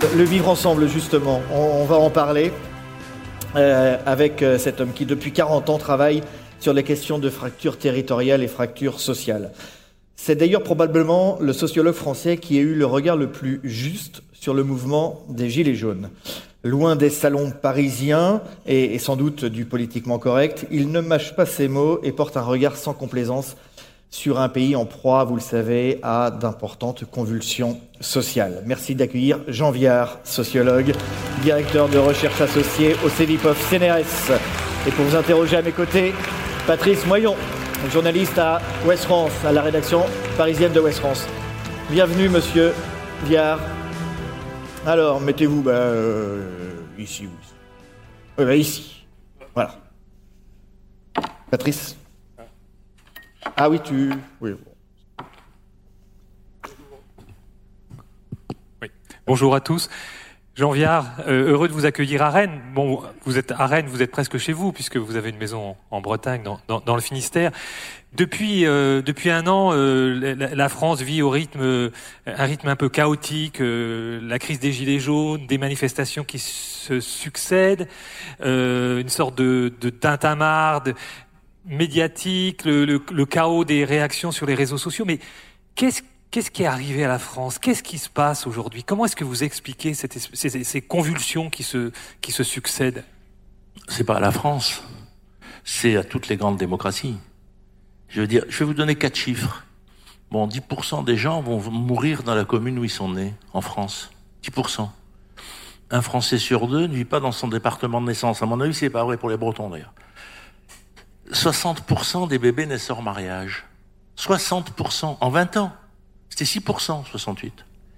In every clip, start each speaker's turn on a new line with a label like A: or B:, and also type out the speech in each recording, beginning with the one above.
A: le vivre ensemble, justement. On va en parler avec cet homme qui, depuis 40 ans, travaille sur les questions de fracture territoriale et fracture sociale. C'est d'ailleurs probablement le sociologue français qui a eu le regard le plus juste sur le mouvement des Gilets jaunes. Loin des salons parisiens et sans doute du politiquement correct, il ne mâche pas ses mots et porte un regard sans complaisance sur un pays en proie, vous le savez, à d'importantes convulsions sociales. Merci d'accueillir Jean Viard, sociologue, directeur de recherche associé au CEVIPOF CNRS. Et pour vous interroger à mes côtés, Patrice Moyon, journaliste à Ouest France, à la rédaction parisienne de Ouest France. Bienvenue, monsieur Viard. Alors, mettez-vous ici. Ici. Voilà. Patrice. Ah oui, Oui.
B: Oui. Bonjour à tous. Jean Viard, heureux de vous accueillir à Rennes. Bon, vous êtes à Rennes, vous êtes presque chez vous, puisque vous avez une maison en Bretagne, dans le Finistère. Depuis un an, la France vit un rythme un peu chaotique, la crise des Gilets jaunes, des manifestations qui se succèdent, une sorte de tintamarre médiatique, le chaos des réactions sur les réseaux sociaux. Mais qu'est-ce qui est arrivé à la France? Qu'est-ce qui se passe aujourd'hui? Comment est-ce que vous expliquez ces convulsions qui se succèdent?
C: C'est pas à la France, c'est à toutes les grandes démocraties. Je vais vous donner 4 chiffres. Bon, 10% des gens vont mourir dans la commune où ils sont nés, en France. 10%. Un Français sur 2 ne vit pas dans son département de naissance. À mon avis, c'est pas vrai pour les Bretons, d'ailleurs. 60% des bébés naissent hors mariage. 60% en 20 ans. C'était 6%, 68.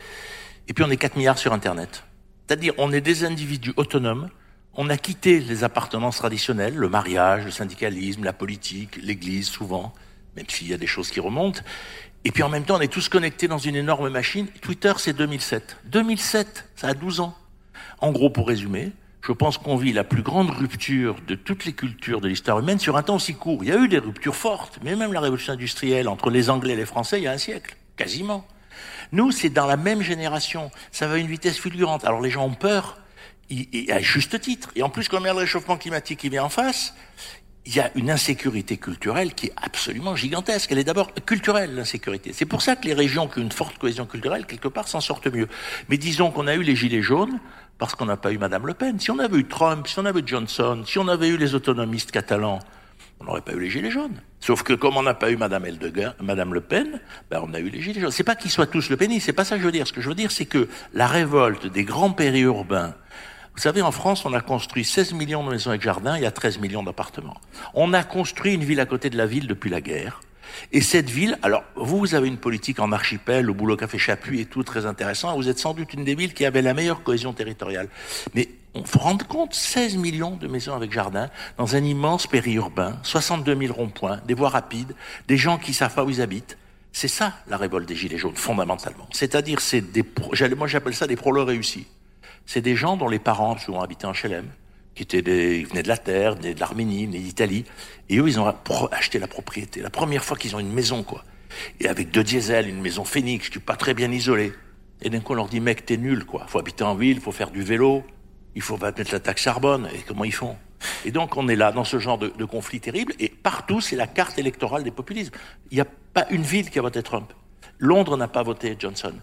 C: Et puis on est 4 milliards sur Internet. C'est-à-dire, on est des individus autonomes. On a quitté les appartenances traditionnelles, le mariage, le syndicalisme, la politique, l'église, souvent, même s'il y a des choses qui remontent. Et puis en même temps, on est tous connectés dans une énorme machine. Twitter, c'est 2007. 2007, ça a 12 ans. En gros, pour résumer, je pense qu'on vit la plus grande rupture de toutes les cultures de l'histoire humaine sur un temps aussi court. Il y a eu des ruptures fortes, mais même la révolution industrielle entre les Anglais et les Français, il y a un siècle, quasiment. Nous, c'est dans la même génération. Ça va à une vitesse fulgurante. Alors les gens ont peur, et à juste titre. Et en plus, comme il y a le réchauffement climatique qui vient en face, il y a une insécurité culturelle qui est absolument gigantesque. Elle est d'abord culturelle, l'insécurité. C'est pour ça que les régions qui ont une forte cohésion culturelle, quelque part, s'en sortent mieux. Mais disons qu'on a eu les Gilets jaunes, parce qu'on n'a pas eu Madame Le Pen. Si on avait eu Trump, si on avait eu Johnson, si on avait eu les autonomistes catalans, on n'aurait pas eu les Gilets jaunes. Sauf que comme on n'a pas eu Madame Le Pen, on a eu les Gilets jaunes. C'est pas qu'ils soient tous le pénis, c'est pas ça que je veux dire. Ce que je veux dire, c'est que la révolte des grands périurbains. Vous savez, en France, on a construit 16 millions de maisons avec jardin, il y a 13 millions d'appartements. On a construit une ville à côté de la ville depuis la guerre. Et cette ville, alors, vous avez une politique en archipel, le boulot qu'a fait Chapuis et tout, très intéressant. Vous êtes sans doute une des villes qui avait la meilleure cohésion territoriale. Mais on faut rendre compte, 16 millions de maisons avec jardin, dans un immense périurbain, 62 000 ronds-points, des voies rapides, des gens qui savent pas où ils habitent. C'est ça, la révolte des Gilets jaunes, fondamentalement. C'est-à-dire, moi j'appelle ça des prolos réussis. C'est des gens dont les parents souvent habitaient en HLM, ils venaient de la terre, venaient de l'Arménie, venaient d'Italie, et eux, ils ont acheté la propriété. La première fois qu'ils ont une maison, quoi. Et avec 2 diesels, une maison Phoenix, qui est pas très bien isolée. Et d'un coup, on leur dit, mec, t'es nul, quoi. Faut habiter en ville, faut faire du vélo, il faut mettre la taxe carbone. Et comment ils font? Et donc, on est là, dans ce genre de conflit terrible, et partout, c'est la carte électorale des populismes. Il n'y a pas une ville qui a voté Trump. Londres n'a pas voté Johnson.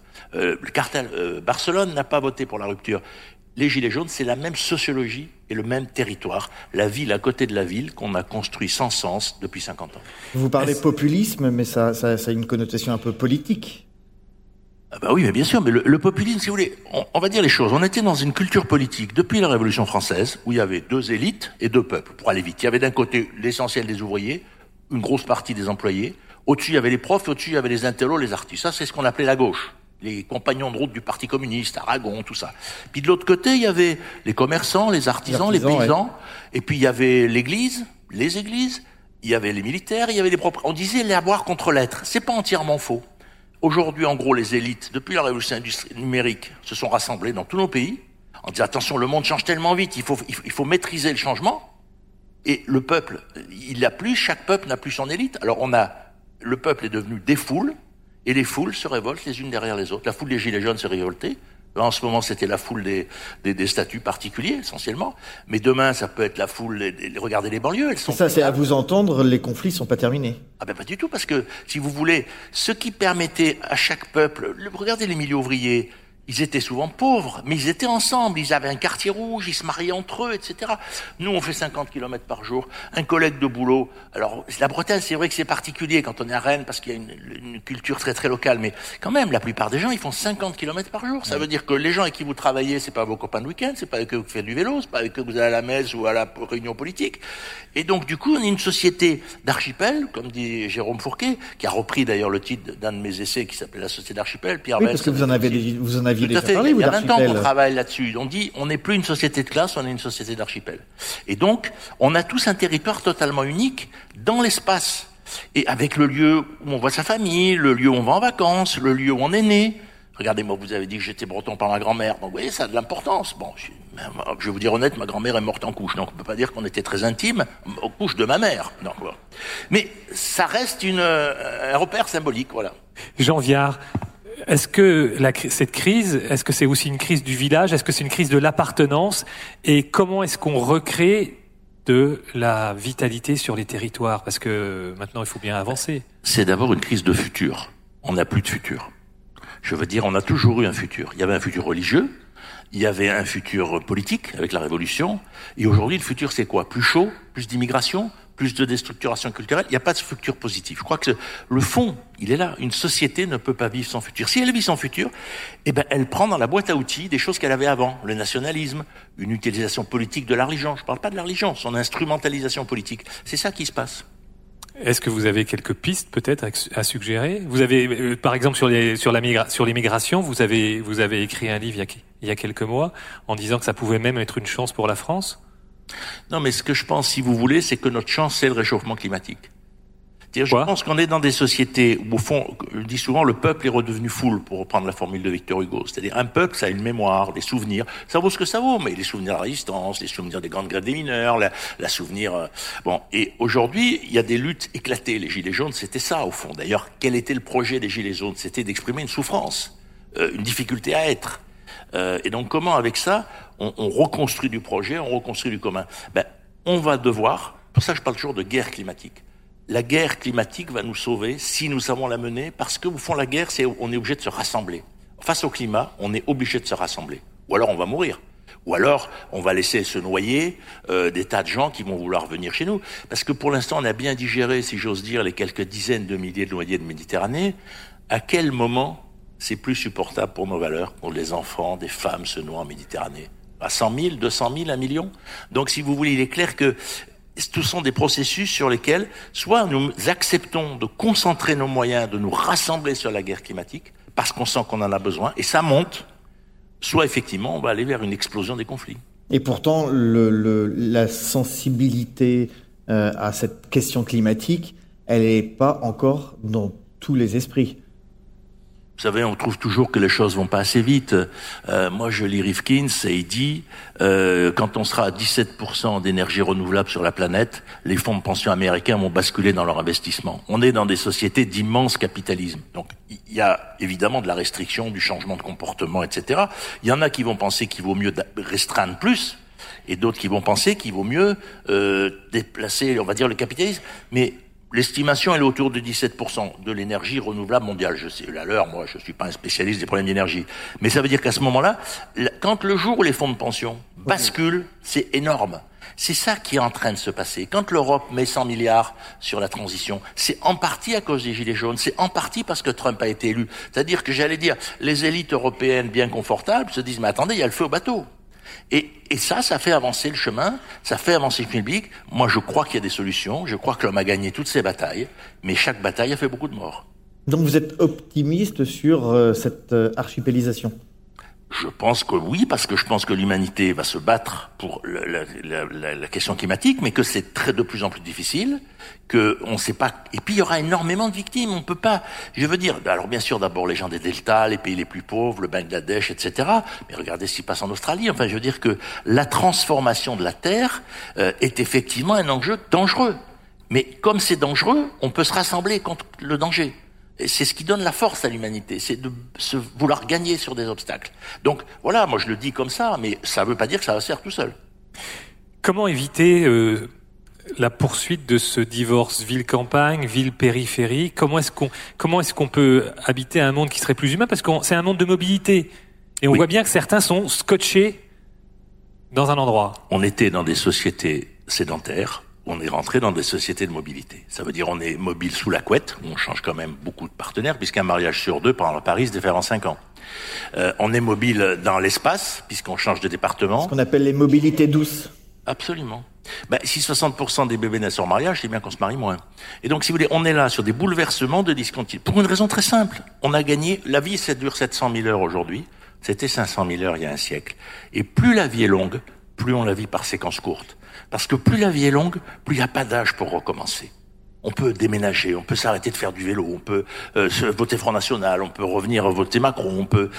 C: Barcelone n'a pas voté pour la rupture. Les Gilets jaunes, c'est la même sociologie et le même territoire. La ville à côté de la ville qu'on a construit sans sens depuis 50 ans.
A: Vous parlez populisme, mais ça a une connotation un peu politique.
C: Ah oui, mais bien sûr. Mais le populisme, si vous voulez, on va dire les choses. On était dans une culture politique depuis la Révolution française où il y avait 2 élites et 2 peuples. Pour aller vite, il y avait d'un côté l'essentiel des ouvriers, une grosse partie des employés. Au-dessus, il y avait les profs, au-dessus, il y avait les intellos, les artistes. Ça, c'est ce qu'on appelait la gauche. Les compagnons de route du Parti communiste, Aragon, tout ça. Puis de l'autre côté, il y avait les commerçants, les artisans, les paysans. Ouais. Et puis il y avait l'église, les églises, il y avait les militaires, il y avait les propres. On disait l'avoir contre l'être. C'est pas entièrement faux. Aujourd'hui, en gros, les élites, depuis la révolution numérique, se sont rassemblées dans tous nos pays en disant attention, le monde change tellement vite, il faut maîtriser le changement. Et le peuple, chaque peuple n'a plus son élite. Alors le peuple est devenu des foules. Et les foules se révoltent les unes derrière les autres. La foule des Gilets jaunes s'est révoltée. Là, en ce moment, c'était la foule des statuts particuliers, essentiellement. Mais demain, ça peut être la foule, regardez les banlieues, elles sont...
A: Ça, c'est à vous entendre, les conflits sont pas terminés.
C: Ah ben pas du tout, parce que, si vous voulez, ce qui permettait à chaque peuple, regardez les milieux ouvriers, ils étaient souvent pauvres, mais ils étaient ensemble, ils avaient un quartier rouge, ils se mariaient entre eux, etc. Nous, on fait 50 km par jour, un collègue de boulot. Alors, la Bretagne, c'est vrai que c'est particulier quand on est à Rennes, parce qu'il y a une culture très très locale, mais quand même, la plupart des gens, ils font 50 km par jour. Ça veut dire que les gens avec qui vous travaillez, c'est pas vos copains de week-end, c'est pas avec eux que vous faites du vélo, c'est pas avec eux que vous allez à la messe ou à la réunion politique. Et donc, du coup, on est une société d'archipel, comme dit Jérôme Fourquet, qui a repris d'ailleurs le titre d'un de mes essais qui s'appelait La Société d'archipel. Pierre
A: Oui, parce que vous en aviez
C: tout à fait.
A: parlé,
C: Il y a 20 ans qu'on travaille là-dessus. On dit, on n'est plus une société de classe, on est une société d'archipel. Et donc, on a tous un territoire totalement unique dans l'espace. Et avec le lieu où on voit sa famille, le lieu où on va en vacances, le lieu où on est né. Regardez-moi, vous avez dit que j'étais breton par ma grand-mère. Donc, vous voyez, ça a de l'importance. Bon, je vais vous dire honnête, ma grand-mère est morte en couche. Donc, on peut pas dire qu'on était très intimes aux couches de ma mère. Donc, voilà. Mais ça reste un repère symbolique, voilà.
B: Jean Viard, est-ce que cette crise, est-ce que c'est aussi une crise du village? Est-ce que c'est une crise de l'appartenance? Et comment est-ce qu'on recrée de la vitalité sur les territoires? Parce que maintenant, il faut bien avancer.
C: C'est d'abord une crise de futur. On n'a plus de futur. Je veux dire, on a toujours eu un futur. Il y avait un futur religieux, il y avait un futur politique avec la Révolution, et aujourd'hui, le futur, c'est quoi? Plus chaud, plus d'immigration, plus de déstructuration culturelle. Il n'y a pas de futur positif. Je crois que le fond, il est là. Une société ne peut pas vivre sans futur. Si elle vit sans futur, eh ben, elle prend dans la boîte à outils des choses qu'elle avait avant. Le nationalisme, une utilisation politique de la religion. Je ne parle pas de la religion, son instrumentalisation politique. C'est ça qui se passe.
B: Est-ce que vous avez quelques pistes peut-être à suggérer? Vous avez, par exemple, sur les migrations, vous avez écrit un livre il y a quelques mois en disant que ça pouvait même être une chance pour la France.
C: Non, mais ce que je pense, si vous voulez, c'est que notre chance, c'est le réchauffement climatique. Je pense qu'on est dans des sociétés où, au fond, je dis souvent, le peuple est redevenu foule, pour reprendre la formule de Victor Hugo. C'est-à-dire, un peuple, ça a une mémoire, des souvenirs. Ça vaut ce que ça vaut, mais les souvenirs de la résistance, les souvenirs des grandes grèves des mineurs, la souvenir... Bon, et aujourd'hui, il y a des luttes éclatées. Les Gilets jaunes, c'était ça, au fond. D'ailleurs, quel était le projet des Gilets jaunes? C'était d'exprimer une souffrance, une difficulté à être. Et donc, comment, avec ça, on reconstruit du projet, on reconstruit du commun? On va devoir... Pour ça, je parle toujours de guerre climatique. La guerre climatique va nous sauver si nous savons la mener, parce que, au fond, la guerre, on est obligé de se rassembler. Face au climat, on est obligé de se rassembler. Ou alors, on va mourir. Ou alors, on va laisser se noyer des tas de gens qui vont vouloir venir chez nous. Parce que, pour l'instant, on a bien digéré, si j'ose dire, les quelques dizaines de milliers de noyés de Méditerranée. À quel moment c'est plus supportable pour nos valeurs, pour les enfants, des femmes se noient en Méditerranée? À 100 000, 200 000, 1 million? Donc, si vous voulez, il est clair que ce sont des processus sur lesquels, soit nous acceptons de concentrer nos moyens, de nous rassembler sur la guerre climatique, parce qu'on sent qu'on en a besoin, et ça monte, soit effectivement, on va aller vers une explosion des conflits.
A: Et pourtant, la sensibilité à cette question climatique, elle n'est pas encore dans tous les esprits.
C: Vous savez, on trouve toujours que les choses vont pas assez vite. Moi, je lis Rifkin, et il dit quand on sera à 17% d'énergie renouvelable sur la planète, les fonds de pension américains vont basculer dans leur investissement. On est dans des sociétés d'immense capitalisme. Donc, il y a évidemment de la restriction, du changement de comportement, etc. Il y en a qui vont penser qu'il vaut mieux restreindre plus, et d'autres qui vont penser qu'il vaut mieux déplacer, on va dire, le capitalisme. Mais l'estimation, elle est autour de 17% de l'énergie renouvelable mondiale. Je sais, à l'heure, moi, je suis pas un spécialiste des problèmes d'énergie. Mais ça veut dire qu'à ce moment-là, quand le jour où les fonds de pension basculent, c'est énorme. C'est ça qui est en train de se passer. Quand l'Europe met 100 milliards sur la transition, c'est en partie à cause des Gilets jaunes, c'est en partie parce que Trump a été élu. C'est-à-dire que j'allais dire, les élites européennes bien confortables se disent, mais attendez, il y a le feu au bateau. Et ça fait avancer le chemin, ça fait avancer le public. Moi, je crois qu'il y a des solutions, je crois que l'homme a gagné toutes ses batailles, mais chaque bataille a fait beaucoup de morts.
A: Donc vous êtes optimiste sur cette archipélisation?
C: Je pense que oui, parce que je pense que l'humanité va se battre pour la question climatique, mais que c'est de plus en plus difficile, que on sait pas. Et puis il y aura énormément de victimes. On peut pas. Je veux dire, alors bien sûr, d'abord les gens des deltas, les pays les plus pauvres, le Bangladesh, etc. Mais regardez ce qui passe en Australie. Enfin, je veux dire que la transformation de la Terre est effectivement un enjeu dangereux. Mais comme c'est dangereux, on peut se rassembler contre le danger. Et c'est ce qui donne la force à l'humanité, c'est de vouloir gagner sur des obstacles. Donc voilà, moi je le dis comme ça, mais ça veut pas dire que ça va se faire tout seul.
B: Comment éviter la poursuite de ce divorce ville-campagne, ville-périphérie? Comment est-ce qu'on peut habiter un monde qui serait plus humain? Parce que c'est un monde de mobilité. Et on voit bien que certains sont scotchés dans un endroit.
C: On était dans des sociétés sédentaires, on est rentré dans des sociétés de mobilité. Ça veut dire on est mobile sous la couette, où on change quand même beaucoup de partenaires, puisqu'un mariage sur 2 pendant Paris se défère en 5 ans. On est mobile dans l'espace, puisqu'on change de département.
A: Ce qu'on appelle les mobilités douces.
C: Absolument. Si 60% des bébés naissent en mariage, c'est bien qu'on se marie moins. Et donc, si vous voulez, on est là sur des bouleversements de discontinuité. Pour une raison très simple. On a gagné, la vie, ça dure 700 000 heures aujourd'hui. C'était 500 000 heures il y a un siècle. Et plus la vie est longue, plus on la vit par séquences courtes. Parce que plus la vie est longue, plus il n'y a pas d'âge pour recommencer. On peut déménager, on peut s'arrêter de faire du vélo, on peut voter Front National, on peut revenir voter Macron, on peut...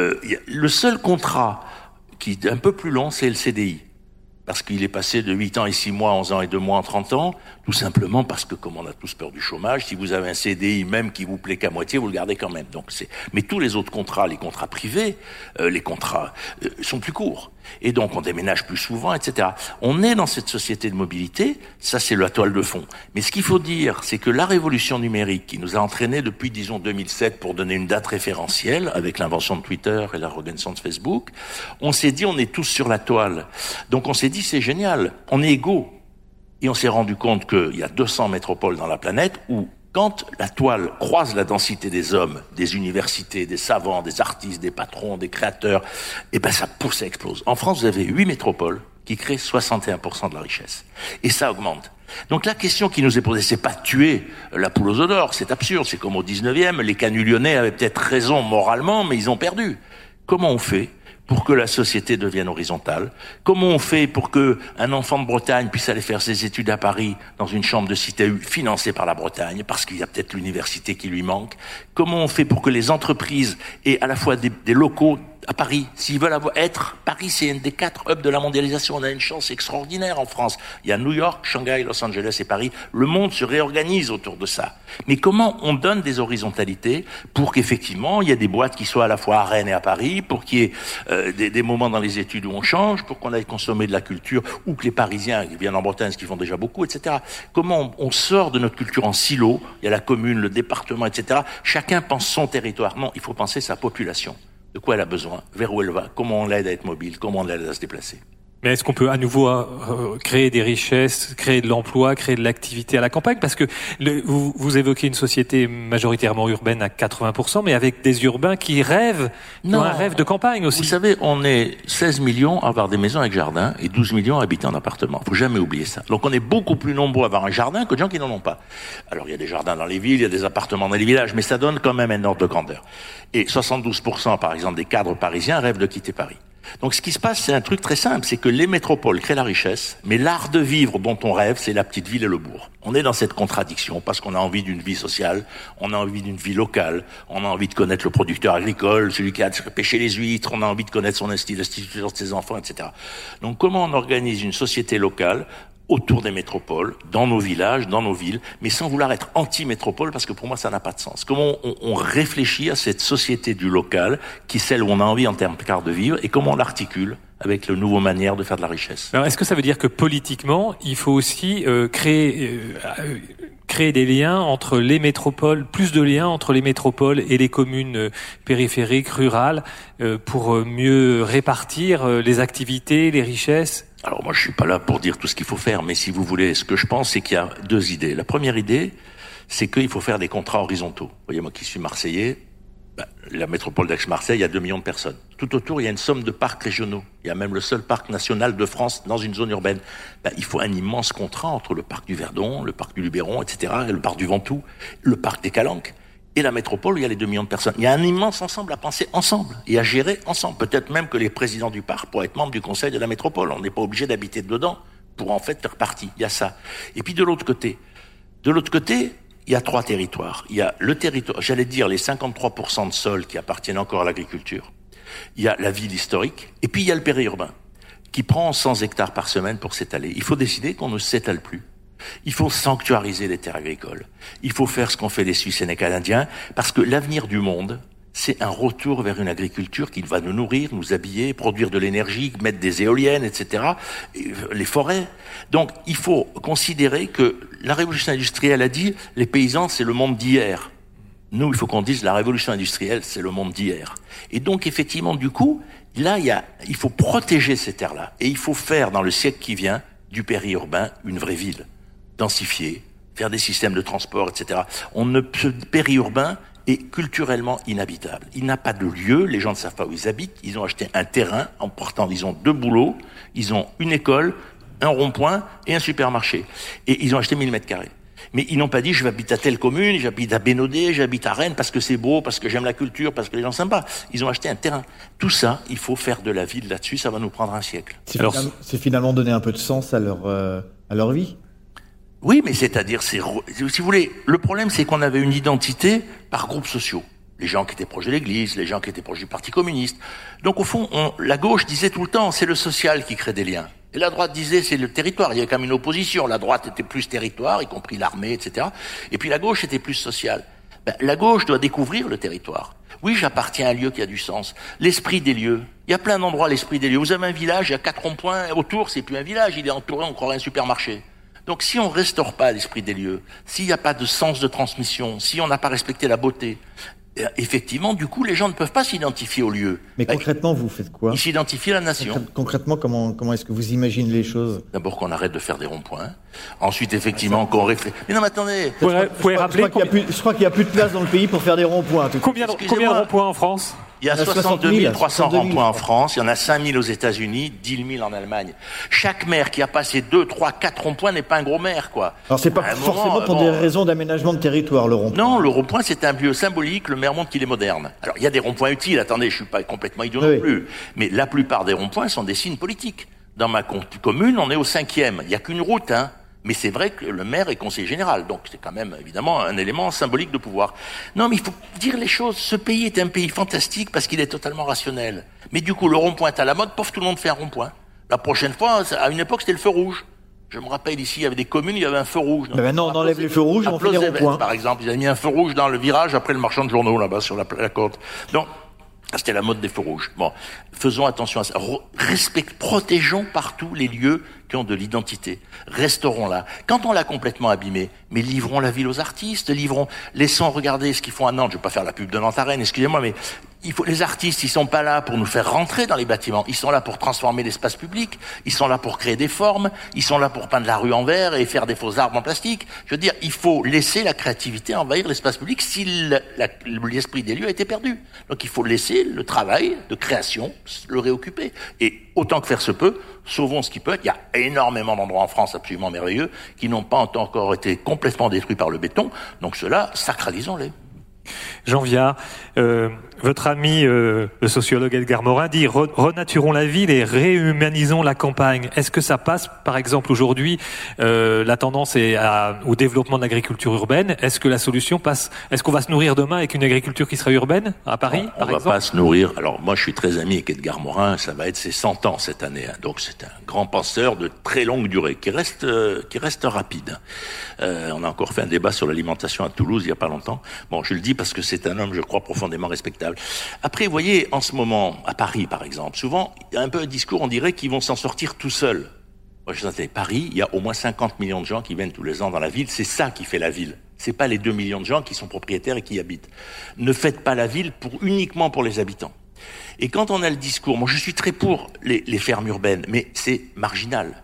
C: le seul contrat qui est un peu plus long, c'est le CDI. Parce qu'il est passé de 8 ans et 6 mois, 11 ans et 2 mois en 30 ans, tout simplement parce que, comme on a tous peur du chômage, si vous avez un CDI, même qui vous plaît qu'à moitié, vous le gardez quand même. Mais tous les autres contrats, les contrats privés, les contrats sont plus courts. Et donc, on déménage plus souvent, etc. On est dans cette société de mobilité, ça c'est la toile de fond. Mais ce qu'il faut dire, c'est que la révolution numérique qui nous a entraînés depuis, disons, 2007, pour donner une date référentielle, avec l'invention de Twitter et la renaissance de Facebook, on s'est dit, on est tous sur la toile. Donc on s'est dit, c'est génial, on est égaux. Et on s'est rendu compte qu'il y a 200 métropoles dans la planète où, quand la toile croise la densité des hommes, des universités, des savants, des artistes, des patrons, des créateurs, ça pousse, ça explose. En France, vous avez 8 métropoles qui créent 61% de la richesse. Et ça augmente. Donc la question qui nous est posée, c'est pas de tuer la poule aux œufs d'or, c'est absurde, c'est comme au 19e, les canuts lyonnais avaient peut-être raison moralement, mais ils ont perdu. Comment on fait pour que la société devienne horizontale? Comment on fait pour que un enfant de Bretagne puisse aller faire ses études à Paris dans une chambre de cité financée par la Bretagne, parce qu'il y a peut-être l'université qui lui manque? Comment on fait pour que les entreprises aient à la fois des locaux à Paris, s'ils veulent être, Paris c'est un des 4 hubs de la mondialisation, on a une chance extraordinaire en France. Il y a New York, Shanghai, Los Angeles et Paris, le monde se réorganise autour de ça. Mais comment on donne des horizontalités pour qu'effectivement il y ait des boîtes qui soient à la fois à Rennes et à Paris, pour qu'il y ait des moments dans les études où on change, pour qu'on aille consommer de la culture, ou que les Parisiens qui viennent en Bretagne, ce qu'ils font déjà beaucoup, etc. Comment on sort de notre culture en silo, il y a la commune, le département, etc. Chacun pense son territoire. Non, il faut penser sa population. De quoi elle a besoin, vers où elle va, comment on l'aide à être mobile, comment on l'aide à se déplacer.
B: Mais est-ce qu'on peut à nouveau créer des richesses, créer de l'emploi, créer de l'activité à la campagne? Parce que vous évoquez une société majoritairement urbaine à 80%, mais avec des urbains qui rêvent, qui ont un rêve de campagne aussi.
C: Vous savez, on est 16 millions à avoir des maisons avec jardin et 12 millions à habiter en appartement. Faut jamais oublier ça. Donc on est beaucoup plus nombreux à avoir un jardin que de gens qui n'en ont pas. Alors il y a des jardins dans les villes, il y a des appartements dans les villages, mais ça donne quand même un ordre de grandeur. Et 72% par exemple des cadres parisiens rêvent de quitter Paris. Donc ce qui se passe, c'est un truc très simple, c'est que les métropoles créent la richesse, mais l'art de vivre dont on rêve, c'est la petite ville et le bourg. On est dans cette contradiction parce qu'on a envie d'une vie sociale, on a envie d'une vie locale, on a envie de connaître le producteur agricole, celui qui a pêché les huîtres, on a envie de connaître son institution de ses enfants, etc. Donc comment on organise une société locale autour des métropoles, dans nos villages, dans nos villes, mais sans vouloir être anti-métropole, parce que pour moi, ça n'a pas de sens. Comment on réfléchit à cette société du local, qui est celle où on a envie en termes de vivre, et comment on l'articule avec le nouveau manière de faire de la richesse.
B: Alors, est-ce que ça veut dire que politiquement, il faut aussi créer des liens entre les métropoles, plus de liens entre les métropoles et les communes périphériques, rurales, pour mieux répartir les activités, les richesses?
C: Alors moi, je suis pas là pour dire tout ce qu'il faut faire, mais si vous voulez, ce que je pense, c'est qu'il y a 2 idées. La première idée, c'est qu'il faut faire des contrats horizontaux. Vous voyez, moi qui suis Marseillais, la métropole d'Aix-Marseille, il y a 2 millions de personnes. Tout autour, il y a une somme de parcs régionaux. Il y a même le seul parc national de France dans une zone urbaine. Il faut un immense contrat entre le parc du Verdon, le parc du Luberon, etc., et le parc du Ventoux, le parc des Calanques, et la métropole où il y a les 2 millions de personnes. Il y a un immense ensemble à penser ensemble et à gérer ensemble. Peut-être même que les présidents du parc pourraient être membres du conseil de la métropole. On n'est pas obligé d'habiter dedans pour en fait faire partie. Il y a ça. Et puis de l'autre côté, il y a 3 territoires. Il y a le territoire, j'allais dire les 53% de sols qui appartiennent encore à l'agriculture. Il y a la ville historique. Et puis il y a le périurbain qui prend 100 hectares par semaine pour s'étaler. Il faut décider qu'on ne s'étale plus. Il faut sanctuariser les terres agricoles. Il faut faire ce qu'ont fait les Suisses et les Canadiens, parce que l'avenir du monde, c'est un retour vers une agriculture qui va nous nourrir, nous habiller, produire de l'énergie, mettre des éoliennes, etc., et les forêts. Donc, il faut considérer que la révolution industrielle a dit, les paysans, c'est le monde d'hier. Nous, il faut qu'on dise, la révolution industrielle, c'est le monde d'hier. Et donc, effectivement, du coup, là, il faut protéger ces terres-là. Et il faut faire, dans le siècle qui vient, du périurbain une vraie ville. Densifier, faire des systèmes de transport, etc. Ce périurbain est culturellement inhabitable. Il n'a pas de lieu, les gens ne savent pas où ils habitent, ils ont acheté un terrain en partant, ils ont 2 boulots, ils ont une école, un rond-point et un supermarché. Et ils ont acheté 1000 mètres carrés. Mais ils n'ont pas dit, je vais habiter à telle commune, j'habite à Bénodet, j'habite à Rennes parce que c'est beau, parce que j'aime la culture, parce que les gens s'aiment pas. Ils ont acheté un terrain. Tout ça, il faut faire de la ville là-dessus, ça va nous prendre un siècle.
A: C'est finalement donner un peu de sens à leur vie.
C: Oui, mais c'est-à-dire, si vous voulez, le problème, c'est qu'on avait une identité par groupes sociaux. Les gens qui étaient proches de l'Église, les gens qui étaient proches du Parti communiste. Donc, au fond, la gauche disait tout le temps, c'est le social qui crée des liens. Et la droite disait, c'est le territoire. Il y avait quand même une opposition. La droite était plus territoire, y compris l'armée, etc. Et puis la gauche était plus sociale. La gauche doit découvrir le territoire. Oui, j'appartiens à un lieu qui a du sens. L'esprit des lieux. Il y a plein d'endroits, l'esprit des lieux. Vous avez un village, il y a 4 ronds-points. Autour, c'est plus un village. Il est entouré, on croirait un supermarché. Donc, si on restaure pas l'esprit des lieux, s'il n'y a pas de sens de transmission, si on n'a pas respecté la beauté, effectivement, du coup, les gens ne peuvent pas s'identifier au lieu.
A: Mais concrètement, vous faites quoi?
C: Ils s'identifient à la nation.
A: Concrètement, comment est-ce que vous imaginez les choses?
C: D'abord qu'on arrête de faire des ronds-points. Ensuite, effectivement, qu'on réfléchisse. Mais non, mais attendez.
B: Vous pouvez rappeler
A: je crois qu'il n'y a plus de place dans le pays pour faire des ronds-points.
B: Combien de ronds-points en France?
C: Il y a 62 300 ronds-points en France, il y en a 5 000 aux États-Unis, 10 000 en Allemagne. Chaque maire qui a passé 2, 3, 4 ronds-points n'est pas un gros maire, quoi.
A: Alors c'est pas forcément pour des raisons d'aménagement de territoire, le rond-point.
C: Non, le rond-point c'est un lieu symbolique, le maire montre qu'il est moderne. Alors il y a des ronds-points utiles, attendez, je suis pas complètement idiot non plus. Mais la plupart des ronds-points sont des signes politiques. Dans ma commune, on est au 5e, il n'y a qu'une route, hein. Mais c'est vrai que le maire est conseiller général, donc c'est quand même évidemment un élément symbolique de pouvoir. Non, mais il faut dire les choses. Ce pays est un pays fantastique parce qu'il est totalement rationnel. Mais du coup, le rond-point est à la mode, pof, tout le monde fait un rond-point. La prochaine fois, à une époque, c'était le feu rouge. Je me rappelle ici, il y avait des communes, il y avait un feu rouge.
A: Mais maintenant, on enlève les feux rouges, on fait des ronds-points.
C: Par exemple, ils avaient mis un feu rouge dans le virage après le marchand de journaux là-bas sur la côte. Donc, c'était la mode des feux rouges. Bon, faisons attention à ça. Protégeons partout les lieux qui ont de l'identité. Restaurons-la. Quand on l'a complètement abîmé, mais livrons la ville aux artistes, laissons regarder ce qu'ils font à Nantes. Je vais pas faire la pub de Nantes à Rennes, excusez-moi, mais les artistes, ils sont pas là pour nous faire rentrer dans les bâtiments. Ils sont là pour transformer l'espace public. Ils sont là pour créer des formes. Ils sont là pour peindre la rue en verre et faire des faux arbres en plastique. Je veux dire, il faut laisser la créativité envahir l'espace public si l'esprit des lieux a été perdu. Donc il faut laisser le travail de création le réoccuper. Et autant que faire se peut, sauvons ce qui peut être. Il y a énormément d'endroits en France absolument merveilleux qui n'ont pas encore été complètement détruits par le béton. Donc ceux-là, sacralisons-les.
B: Jean Viard, votre ami le sociologue Edgar Morin dit renaturons la ville et réhumanisons la campagne. Est-ce que ça passe, par exemple aujourd'hui, la tendance est au développement de l'agriculture urbaine? Est-ce que la solution passe? Est-ce qu'on va se nourrir demain avec une agriculture qui sera urbaine à Paris, par exemple?
C: On va pas se nourrir. Alors moi, je suis très ami avec Edgar Morin. Ça va être ses 100 ans cette année. Hein. Donc c'est un grand penseur de très longue durée qui reste rapide. On a encore fait un débat sur l'alimentation à Toulouse il y a pas longtemps. Bon, je le dis parce que c'est un homme, je crois, profondément respectable. Après, vous voyez, en ce moment, à Paris, par exemple, souvent, il y a un peu un discours, on dirait qu'ils vont s'en sortir tout seuls. Moi, je disais, Paris, il y a au moins 50 millions de gens qui viennent tous les ans dans la ville. C'est ça qui fait la ville. C'est pas les 2 millions de gens qui sont propriétaires et qui y habitent. Ne faites pas la ville uniquement pour les habitants. Et quand on a le discours, moi, je suis très pour les fermes urbaines, mais c'est marginal.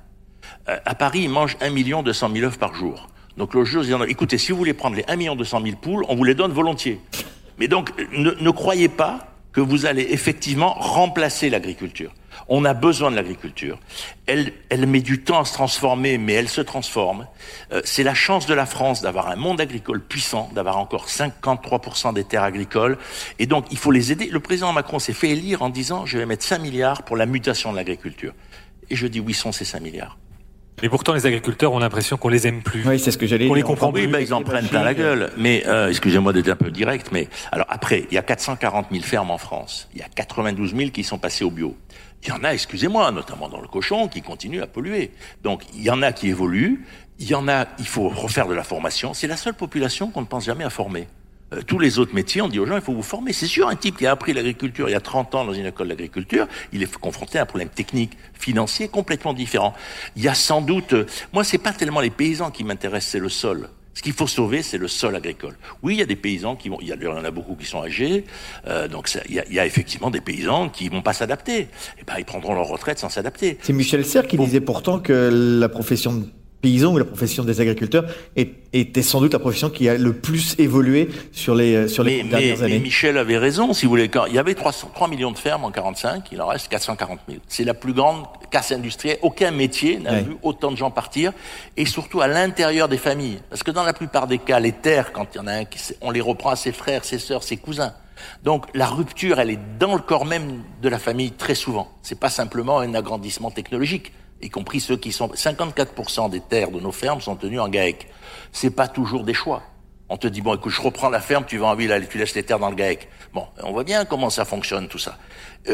C: À Paris, ils mangent 1 200 000 œufs par jour. Donc le jour, écoutez, si vous voulez prendre les 1 200 000 poules, on vous les donne volontiers. Mais donc, ne croyez pas que vous allez effectivement remplacer l'agriculture. On a besoin de l'agriculture. Elle met du temps à se transformer, mais elle se transforme. C'est la chance de la France d'avoir un monde agricole puissant, d'avoir encore 53% des terres agricoles. Et donc, il faut les aider. Le président Macron s'est fait élire en disant « Je vais mettre 5 milliards pour la mutation de l'agriculture ». Et je dis « Oui, sont ces 5 milliards ».
B: Mais pourtant, les agriculteurs ont l'impression qu'on les aime plus.
A: Oui, c'est ce que j'allais dire.
B: On les comprend plus.
C: Oui, ils en prennent plein la gueule. Mais, excusez-moi d'être un peu direct, mais, alors après, il y a 440 000 fermes en France. Il y a 92 000 qui sont passées au bio. Il y en a, excusez-moi, notamment dans le cochon, qui continuent à polluer. Donc, il y en a qui évoluent. Il y en a, il faut refaire de la formation. C'est la seule population qu'on ne pense jamais à former. Tous les autres métiers, on dit aux gens, il faut vous former. C'est sûr, un type qui a appris l'agriculture il y a 30 ans dans une école d'agriculture, il est confronté à un problème technique, financier, complètement différent. Il y a sans doute, moi, c'est pas tellement les paysans qui m'intéressent, c'est le sol. Ce qu'il faut sauver, c'est le sol agricole. Oui, il y a des paysans qui vont, il y en a beaucoup qui sont âgés, donc il y a effectivement des paysans qui vont pas s'adapter. Et ben, ils prendront leur retraite sans s'adapter.
A: C'est Michel Serres qui disait pourtant que la profession de paysan ou la profession des agriculteurs était sans doute la profession qui a le plus évolué sur les dernières années.
C: Mais Michel avait raison, si vous voulez. Quand il y avait 3 millions de fermes en 45, il en reste 440 000. C'est la plus grande casse industrielle. Aucun métier n'a vu autant de gens partir, et surtout à l'intérieur des familles. Parce que dans la plupart des cas, les terres, quand il y en a un, on les reprend à ses frères, ses sœurs, ses cousins. Donc la rupture, elle est dans le corps même de la famille très souvent. C'est pas simplement un agrandissement technologique. Y compris ceux qui sont 54% des terres de nos fermes sont tenues en GAEC. C'est pas toujours des choix. On te dit bon, écoute, je reprends la ferme, tu vas en ville, allez, tu laisses les terres dans le GAEC. Bon, on voit bien comment ça fonctionne tout ça.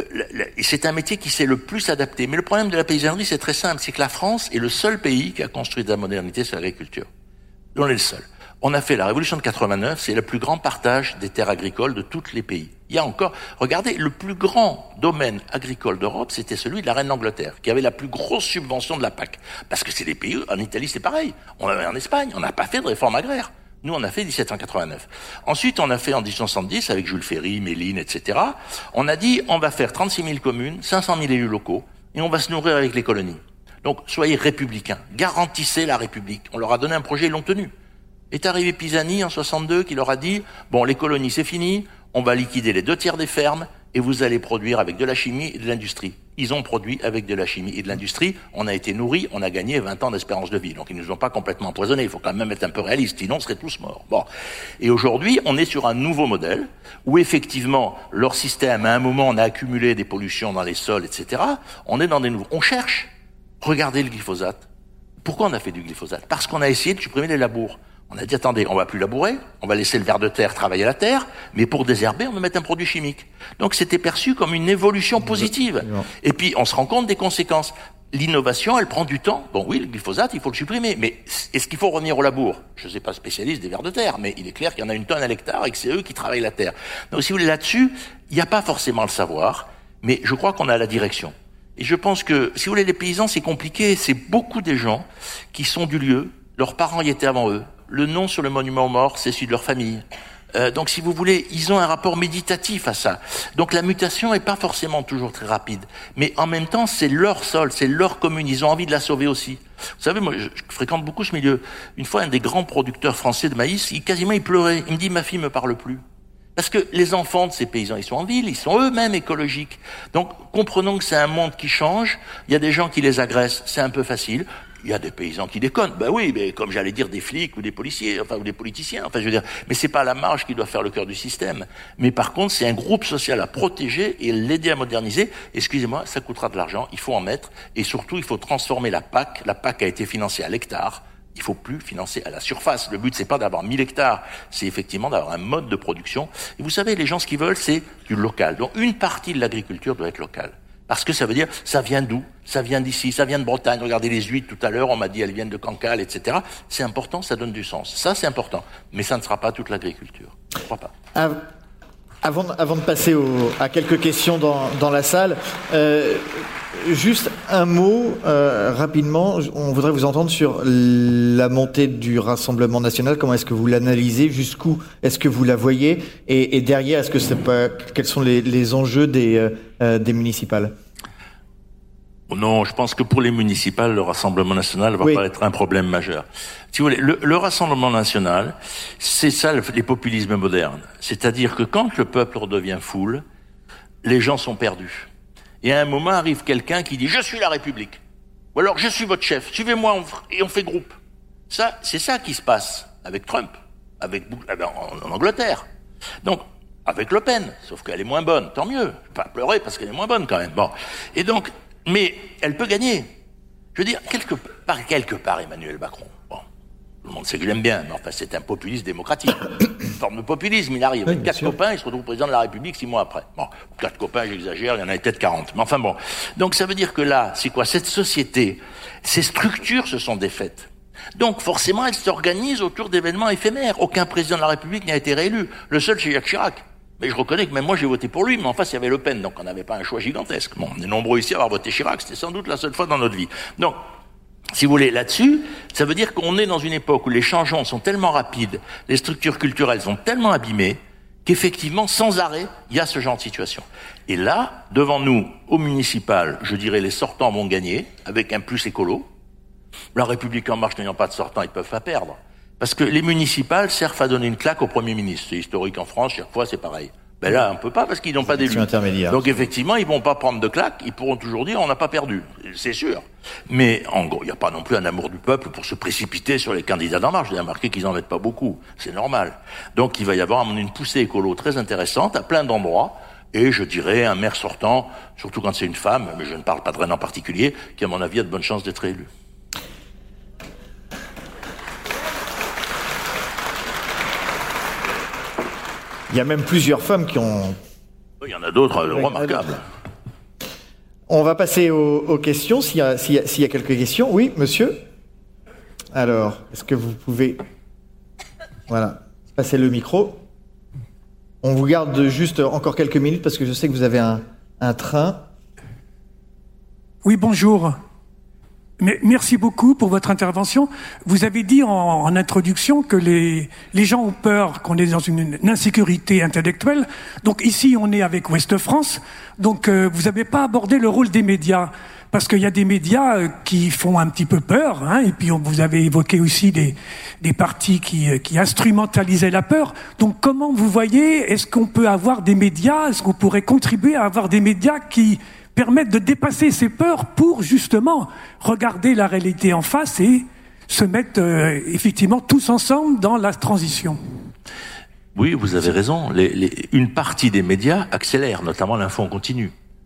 C: Et c'est un métier qui s'est le plus adapté. Mais le problème de la paysannerie, c'est très simple, c'est que la France est le seul pays qui a construit de la modernité sur l'agriculture. On est le seul. On a fait la révolution de 89, c'est le plus grand partage des terres agricoles de tous les pays. Il y a encore, regardez, le plus grand domaine agricole d'Europe, c'était celui de la reine d'Angleterre, qui avait la plus grosse subvention de la PAC. Parce que c'est des pays, en Italie c'est pareil, en Espagne, on n'a pas fait de réforme agraire. Nous, on a fait 1789. Ensuite, on a fait en 1870, avec Jules Ferry, Méline, etc. On a dit, on va faire 36 000 communes, 500 000 élus locaux, et on va se nourrir avec les colonies. Donc, soyez républicains, garantissez la République. On leur a donné un projet, ils l'ont tenu. Est arrivé Pisani en 62 qui leur a dit « Bon, les colonies, c'est fini, on va liquider les 2/3 des fermes et vous allez produire avec de la chimie et de l'industrie. » Ils ont produit avec de la chimie et de l'industrie, on a été nourris, on a gagné 20 ans d'espérance de vie. Donc ils nous ont pas complètement empoisonnés, il faut quand même être un peu réaliste, sinon on serait tous morts. Bon. Et aujourd'hui, on est sur un nouveau modèle où effectivement, leur système, à un moment, on a accumulé des pollutions dans les sols, etc. On est dans des nouveaux... On cherche. Regardez le glyphosate. Pourquoi on a fait du glyphosate? Parce qu'on a essayé de supprimer les labours. On a dit, attendez, on va plus labourer, on va laisser le ver de terre travailler la terre, mais pour désherber, on va mettre un produit chimique. Donc c'était perçu comme une évolution positive. Et puis, on se rend compte des conséquences. L'innovation, elle prend du temps. Bon, oui, le glyphosate, il faut le supprimer. Mais est-ce qu'il faut revenir au labour? Je ne suis pas spécialiste des vers de terre, mais il est clair qu'il y en a 1 tonne à l'hectare et que c'est eux qui travaillent la terre. Donc, si vous voulez, là-dessus, il n'y a pas forcément le savoir, mais je crois qu'on a la direction. Et je pense que, si vous voulez, les paysans, c'est compliqué. C'est beaucoup des gens qui sont du lieu. Leurs parents y étaient avant eux. Le nom sur le monument aux morts, c'est celui de leur famille. Donc, si vous voulez, ils ont un rapport méditatif à ça. Donc, la mutation est pas forcément toujours très rapide. Mais en même temps, c'est leur sol, c'est leur commune. Ils ont envie de la sauver aussi. Vous savez, moi, je fréquente beaucoup ce milieu. Une fois, un des grands producteurs français de maïs, il pleurait. Il me dit, ma fille me parle plus. Parce que les enfants de ces paysans, ils sont en ville, ils sont eux-mêmes écologiques. Donc, comprenons que c'est un monde qui change. Il y a des gens qui les agressent, c'est un peu facile. Il y a des paysans qui déconnent. Ben oui, mais comme j'allais dire des flics ou des policiers, enfin, ou des politiciens. Enfin, je veux dire, mais c'est pas la marge qui doit faire le cœur du système. Mais par contre, c'est un groupe social à protéger et l'aider à moderniser. Excusez-moi, ça coûtera de l'argent. Il faut en mettre. Et surtout, il faut transformer la PAC. La PAC a été financée à l'hectare. Il faut plus financer à la surface. Le but, c'est pas d'avoir 1000 hectares. C'est effectivement d'avoir un mode de production. Et vous savez, les gens, ce qu'ils veulent, c'est du local. Donc, une partie de l'agriculture doit être locale. Parce que ça veut dire, ça vient d'où? Ça vient d'ici, ça vient de Bretagne. Regardez les huîtres tout à l'heure, on m'a dit elles viennent de Cancale, etc. C'est important, ça donne du sens. Ça, c'est important. Mais ça ne sera pas toute l'agriculture. Je ne crois pas.
A: Avant de passer à quelques questions dans la salle, juste un mot rapidement. On voudrait vous entendre sur la montée du Rassemblement national. Comment est-ce que vous l'analysez? Jusqu'où est-ce que vous la voyez? Et derrière, est-ce que c'est pas, quels sont les enjeux des municipales?
C: Non, je pense que pour les municipales, le Rassemblement national va pas être un problème majeur. Si vous voulez, le Rassemblement national, c'est ça les populismes modernes. C'est-à-dire que quand le peuple redevient foule, les gens sont perdus. Et à un moment arrive quelqu'un qui dit « Je suis la République ». Ou alors « Je suis votre chef, suivez-moi et on fait groupe ». Ça, c'est ça qui se passe avec Trump, en Angleterre. Donc, avec Le Pen, sauf qu'elle est moins bonne, tant mieux. Pas pleurer parce qu'elle est moins bonne quand même. Bon. Et donc, mais elle peut gagner. Je veux dire, quelque part, Emmanuel Macron, bon, tout le monde sait que je l'aime bien, mais enfin, c'est un populiste démocratique. Une forme de populisme, il arrive. Avec 4 copains, il se retrouve président de la République 6 mois après. Bon, 4 copains, j'exagère, il y en avait peut-être 40. Mais enfin bon. Donc ça veut dire que là, c'est quoi? Cette société, ces structures se sont défaites. Donc forcément, elles s'organisent autour d'événements éphémères. Aucun président de la République n'a été réélu. Le seul, c'est Jacques Chirac. Mais je reconnais que même moi, j'ai voté pour lui, mais en face, il y avait Le Pen, donc on n'avait pas un choix gigantesque. Bon, on est nombreux ici à avoir voté Chirac, c'était sans doute la seule fois dans notre vie. Donc, si vous voulez, là-dessus, ça veut dire qu'on est dans une époque où les changements sont tellement rapides, les structures culturelles sont tellement abîmées, qu'effectivement, sans arrêt, il y a ce genre de situation. Et là, devant nous, au municipal, je dirais les sortants vont gagner, avec un plus écolo. La République En Marche n'ayant pas de sortants, ils peuvent pas perdre. Parce que les municipales servent à donner une claque au Premier ministre. C'est historique en France, chaque fois c'est pareil. Ben là, on peut pas parce qu'ils n'ont pas d'élu. Donc effectivement, ils vont pas prendre de claque, ils pourront toujours dire on n'a pas perdu. C'est sûr. Mais en gros, il n'y a pas non plus un amour du peuple pour se précipiter sur les candidats d'En Marche. J'ai remarqué qu'ils en mettent pas beaucoup. C'est normal. Donc il va y avoir une poussée écolo très intéressante à plein d'endroits. Et je dirais un maire sortant, surtout quand c'est une femme, mais je ne parle pas de Rennes en particulier, qui à mon avis a de bonnes chances d'être élu.
A: Il y a même plusieurs femmes qui ont...
C: Il y en a d'autres remarquables.
A: On va passer aux questions, s'il y a quelques questions. Oui, monsieur? Alors, est-ce que vous pouvez... Voilà, passer le micro. On vous garde juste encore quelques minutes parce que je sais que vous avez un train.
D: Oui, bonjour. Merci beaucoup pour votre intervention. Vous avez dit en introduction que les gens ont peur, qu'on est dans une insécurité intellectuelle. Donc ici, on est avec Ouest France. Donc vous n'avez pas abordé le rôle des médias. Parce qu'il y a des médias qui font un petit peu peur, hein, et puis vous avez évoqué aussi des partis qui instrumentalisaient la peur. Donc comment vous voyez, est-ce qu'on peut avoir des médias, est-ce qu'on pourrait contribuer à avoir des médias qui permettent de dépasser ces peurs pour justement regarder la réalité en face et se mettre effectivement tous ensemble dans la transition?
C: Oui, vous avez raison. Une partie des médias accélère, notamment l'info en continu.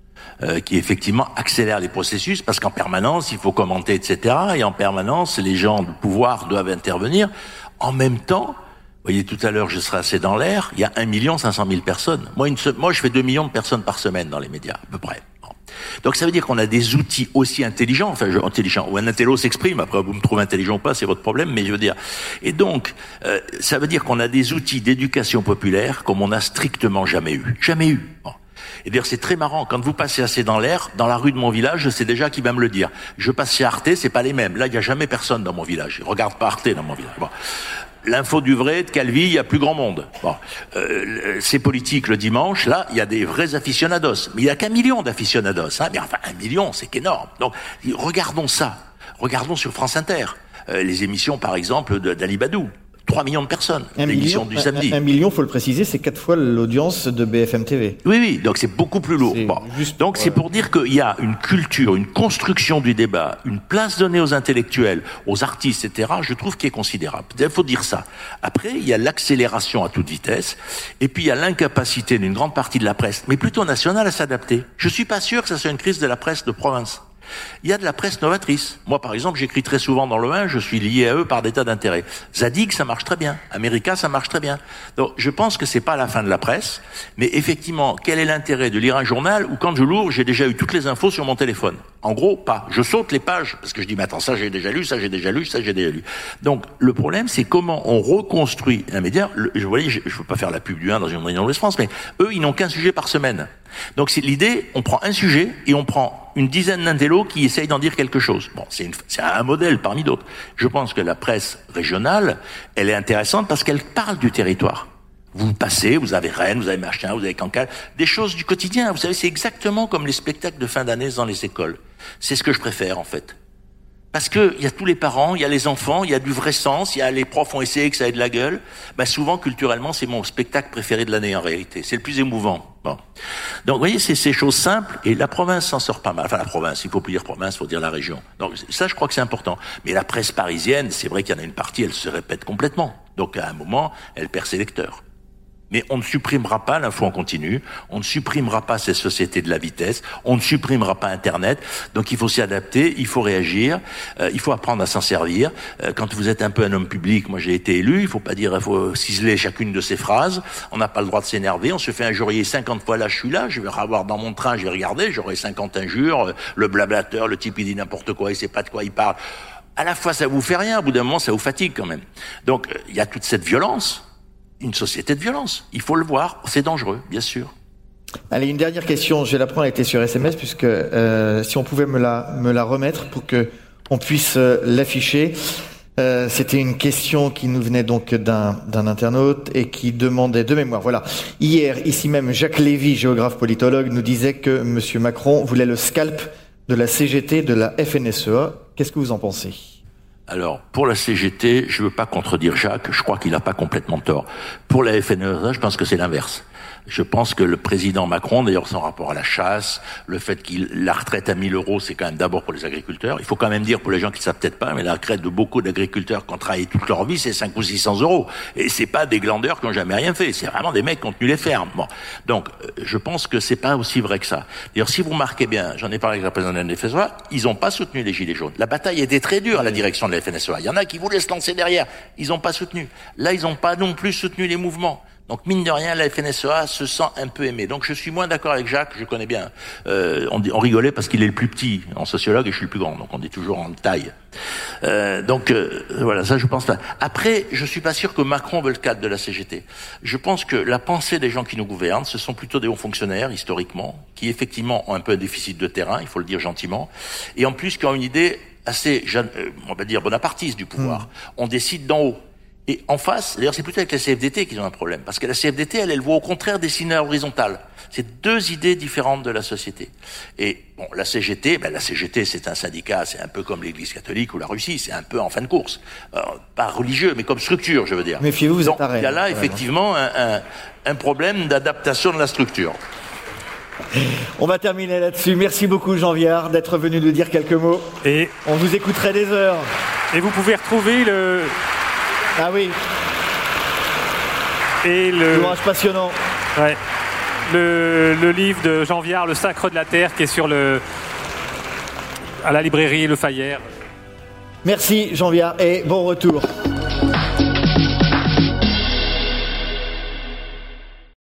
C: Qui effectivement accélère les processus parce qu'en permanence il faut commenter, etc. Et en permanence les gens de pouvoir doivent intervenir. En même temps, vous voyez tout à l'heure je serai assez dans l'air, il y a 1 500 000 personnes. Moi je fais 2 millions de personnes par semaine dans les médias, à peu près. Bon. Donc ça veut dire qu'on a des outils aussi intelligents, intelligents, ou un intello s'exprime, après vous me trouvez intelligent ou pas, c'est votre problème, mais je veux dire. Et donc, ça veut dire qu'on a des outils d'éducation populaire comme on n'a strictement jamais eu. Jamais eu. Bon. Et d'ailleurs, c'est très marrant. Quand vous passez assez dans l'air, dans la rue de mon village, je sais déjà qui va me le dire. Je passe chez Arte, c'est pas les mêmes. Là, il n'y a jamais personne dans mon village. Je regarde pas Arte dans mon village. Bon. L'info du vrai, de Calvi, il y a plus grand monde. Bon. C'est politique le dimanche. Là, il y a des vrais aficionados. Mais il y a qu'1 million d'aficionados. Hein. Mais enfin, 1 million, c'est qu'énorme. Donc, regardons ça. Regardons sur France Inter. Les émissions, par exemple, d'Ali Badou. 3 millions de personnes, l'émission du samedi.
A: 1 million, faut le préciser, c'est 4 fois l'audience de BFM TV.
C: Oui, donc c'est beaucoup plus lourd. Bon. Donc c'est pour dire qu'il y a une culture, une construction du débat, une place donnée aux intellectuels, aux artistes, etc., je trouve qui est considérable. Il faut dire ça. Après, il y a l'accélération à toute vitesse, et puis il y a l'incapacité d'une grande partie de la presse, mais plutôt nationale, à s'adapter. Je suis pas sûr que ça soit une crise de la presse de province. Il y a de la presse novatrice. Moi, par exemple, j'écris très souvent dans le 1, je suis lié à eux par des tas d'intérêts. Zadig, ça marche très bien. America, ça marche très bien. Donc, je pense que c'est pas la fin de la presse, mais effectivement, quel est l'intérêt de lire un journal où quand je l'ouvre, j'ai déjà eu toutes les infos sur mon téléphone? En gros, pas. Je saute les pages, parce que je dis, mais attends, ça j'ai déjà lu, ça j'ai déjà lu, ça j'ai déjà lu. Donc, le problème, c'est comment on reconstruit un média. Vous voyez, je veux pas faire la pub du 1 dans une réunion de l'Ouest France, mais eux, ils n'ont qu'un sujet par semaine. Donc, c'est l'idée, on prend un sujet et on prend une dizaine d'intellos qui essayent d'en dire quelque chose. Bon, c'est un modèle parmi d'autres. Je pense que la presse régionale, elle est intéressante parce qu'elle parle du territoire. Vous passez, vous avez Rennes, vous avez Machin, vous avez Cancale, des choses du quotidien. Vous savez, c'est exactement comme les spectacles de fin d'année dans les écoles. C'est ce que je préfère, en fait. Parce que il y a tous les parents, il y a les enfants, il y a du vrai sens, il y a les profs ont essayé que ça ait de la gueule. Ben souvent, culturellement, c'est mon spectacle préféré de l'année, en réalité. C'est le plus émouvant. Bon. Donc, vous voyez, c'est ces choses simples, et la province s'en sort pas mal. Enfin, la province, il faut plus dire province, il faut dire la région. Donc, ça, je crois que c'est important. Mais la presse parisienne, c'est vrai qu'il y en a une partie, elle se répète complètement. Donc, à un moment, elle perd ses lecteurs. Mais on ne supprimera pas l'info en continu, on ne supprimera pas ces sociétés de la vitesse, on ne supprimera pas Internet. Donc il faut s'y adapter, il faut réagir, il faut apprendre à s'en servir. Quand vous êtes un peu un homme public, moi j'ai été élu, il faut pas dire, il faut ciseler chacune de ces phrases. On n'a pas le droit de s'énerver, on se fait injurier 50 fois là, je suis là, je vais avoir dans mon train, je vais regarder, j'aurai 50 injures, le blablateur, le type il dit n'importe quoi, il sait pas de quoi il parle. À la fois ça vous fait rien, au bout d'un moment ça vous fatigue quand même. Donc il y a toute cette violence. Une société de violence. Il faut le voir. C'est dangereux, bien sûr.
A: Allez, une dernière question. Je vais la prendre, elle était sur SMS, puisque si on pouvait me la remettre pour que on puisse l'afficher. C'était une question qui nous venait donc d'un internaute et qui demandait de mémoire. Voilà. Hier, ici même, Jacques Lévy, géographe politologue, nous disait que Monsieur Macron voulait le scalp de la CGT, de la FNSEA. Qu'est-ce que vous en pensez ?
C: Alors, pour la CGT, je veux pas contredire Jacques, je crois qu'il n'a pas complètement tort. Pour la FNSEA, je pense que c'est l'inverse. Je pense que le président Macron, d'ailleurs son rapport à la chasse, le fait qu'il la retraite à 1 000 €, c'est quand même d'abord pour les agriculteurs. Il faut quand même dire pour les gens qui ne savent peut-être pas, mais la retraite de beaucoup d'agriculteurs qui ont travaillé toute leur vie, c'est 500 ou 600 €. Et c'est pas des glandeurs qui ont jamais rien fait. C'est vraiment des mecs qui ont tenu les fermes. Bon. Donc, je pense que c'est pas aussi vrai que ça. D'ailleurs, si vous remarquez bien, j'en ai parlé avec la présidente de la FNSEA, ils ont pas soutenu les Gilets jaunes. La bataille était très dure à la direction de la FNSEA. Il y en a qui voulaient se lancer derrière. Ils ont pas soutenu. Là, ils ont pas non plus soutenu les mouvements. Donc, mine de rien, la FNSEA se sent un peu aimée. Donc, je suis moins d'accord avec Jacques, je connais bien. On rigolait parce qu'il est le plus petit en sociologue et je suis le plus grand. Donc, on est toujours en taille. Voilà, ça, je pense pas. Après, je suis pas sûr que Macron veut le cadre de la CGT. Je pense que la pensée des gens qui nous gouvernent, ce sont plutôt des hauts fonctionnaires, historiquement, qui effectivement ont un peu un déficit de terrain, il faut le dire gentiment, et en plus qui ont une idée assez, on va dire, bonapartiste du pouvoir. On décide d'en haut. Et en face, d'ailleurs c'est plutôt avec la CFDT qu'ils ont un problème, parce que la CFDT, elle voit au contraire dessiner à l'horizontale. C'est deux idées différentes de la société. Et bon, la CGT c'est un syndicat, c'est un peu comme l'Église catholique ou la Russie, c'est un peu en fin de course. Pas religieux, mais comme structure, je veux dire.
A: Méfiez-vous, vous êtes à Rennes.
C: Il y a là effectivement un problème d'adaptation de la structure.
A: On va terminer là-dessus. Merci beaucoup Jean Viard d'être venu nous dire quelques mots. Et on vous écouterait des heures.
B: Et vous pouvez retrouver le...
A: Ah oui.
B: Et le
A: ouvrage passionnant.
B: Ouais. Le livre de Jean Viard, Le Sacre de la Terre, qui est sur à la librairie Le Fayère.
A: Merci Jean Viard et bon retour.